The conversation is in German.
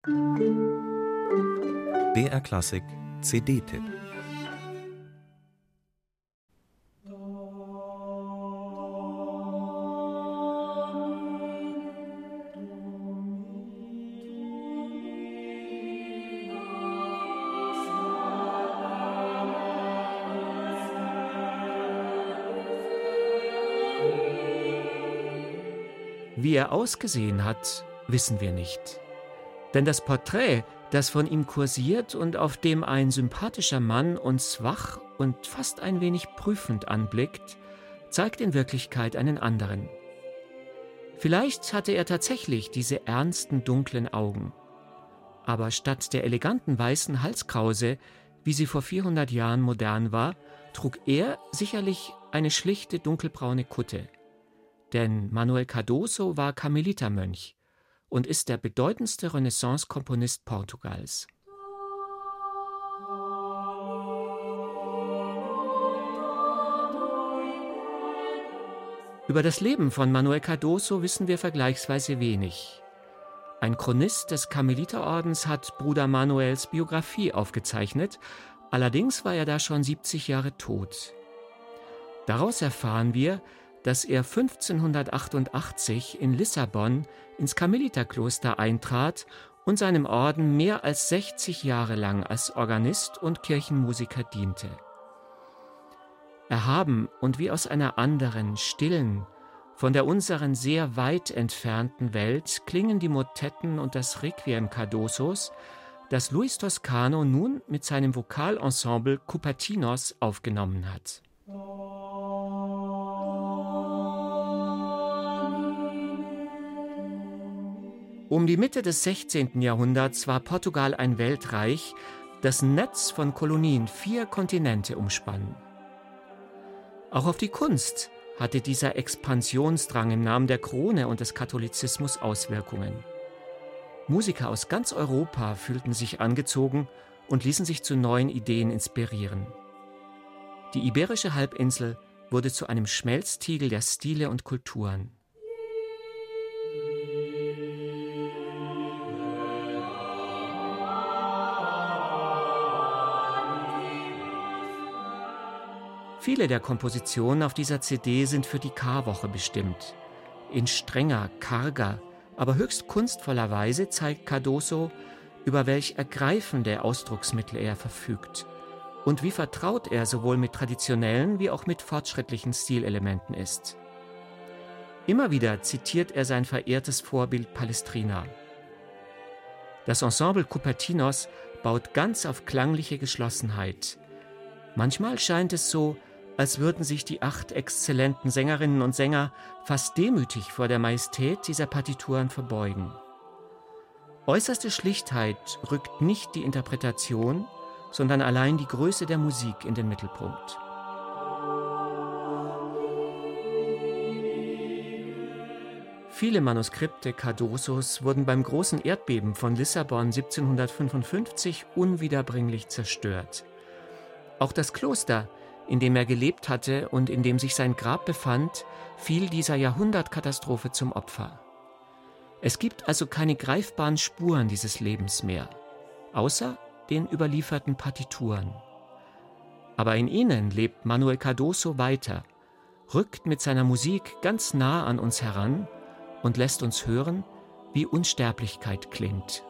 BR Klassik CD-Tipp. Wie er ausgesehen hat, wissen wir nicht. Denn das Porträt, das von ihm kursiert und auf dem ein sympathischer Mann uns wach und fast ein wenig prüfend anblickt, zeigt in Wirklichkeit einen anderen. Vielleicht hatte er tatsächlich diese ernsten, dunklen Augen. Aber statt der eleganten weißen Halskrause, wie sie vor 400 Jahren modern war, trug er sicherlich eine schlichte dunkelbraune Kutte. Denn Manuel Cardoso war Karmelitermönch und ist der bedeutendste Renaissance-Komponist Portugals. Über das Leben von Manuel Cardoso wissen wir vergleichsweise wenig. Ein Chronist des Karmeliterordens hat Bruder Manuels Biografie aufgezeichnet, allerdings war er da schon 70 Jahre tot. Daraus erfahren wir, dass er 1588 in Lissabon ins Karmeliterkloster eintrat und seinem Orden mehr als 60 Jahre lang als Organist und Kirchenmusiker diente. Erhaben und wie aus einer anderen, stillen, von der unseren sehr weit entfernten Welt klingen die Motetten und das Requiem Cardosos, das Luis Toscano nun mit seinem Vokalensemble Cupertinos aufgenommen hat. Um die Mitte des 16. Jahrhunderts war Portugal ein Weltreich, dessen Netz von Kolonien 4 Kontinente umspann. Auch auf die Kunst hatte dieser Expansionsdrang im Namen der Krone und des Katholizismus Auswirkungen. Musiker aus ganz Europa fühlten sich angezogen und ließen sich zu neuen Ideen inspirieren. Die iberische Halbinsel wurde zu einem Schmelztiegel der Stile und Kulturen. Viele der Kompositionen auf dieser CD sind für die Karwoche bestimmt. In strenger, karger, aber höchst kunstvoller Weise zeigt Cardoso, über welch ergreifende Ausdrucksmittel er verfügt und wie vertraut er sowohl mit traditionellen wie auch mit fortschrittlichen Stilelementen ist. Immer wieder zitiert er sein verehrtes Vorbild Palestrina. Das Ensemble Cupertinos baut ganz auf klangliche Geschlossenheit. Manchmal scheint es so, als würden sich die 8 exzellenten Sängerinnen und Sänger fast demütig vor der Majestät dieser Partituren verbeugen. Äußerste Schlichtheit rückt nicht die Interpretation, sondern allein die Größe der Musik in den Mittelpunkt. Viele Manuskripte Cardosos wurden beim großen Erdbeben von Lissabon 1755 unwiederbringlich zerstört. Auch das Kloster, in dem er gelebt hatte und in dem sich sein Grab befand, fiel dieser Jahrhundertkatastrophe zum Opfer. Es gibt also keine greifbaren Spuren dieses Lebens mehr, außer den überlieferten Partituren. Aber in ihnen lebt Manuel Cardoso weiter, rückt mit seiner Musik ganz nah an uns heran und lässt uns hören, wie Unsterblichkeit klingt.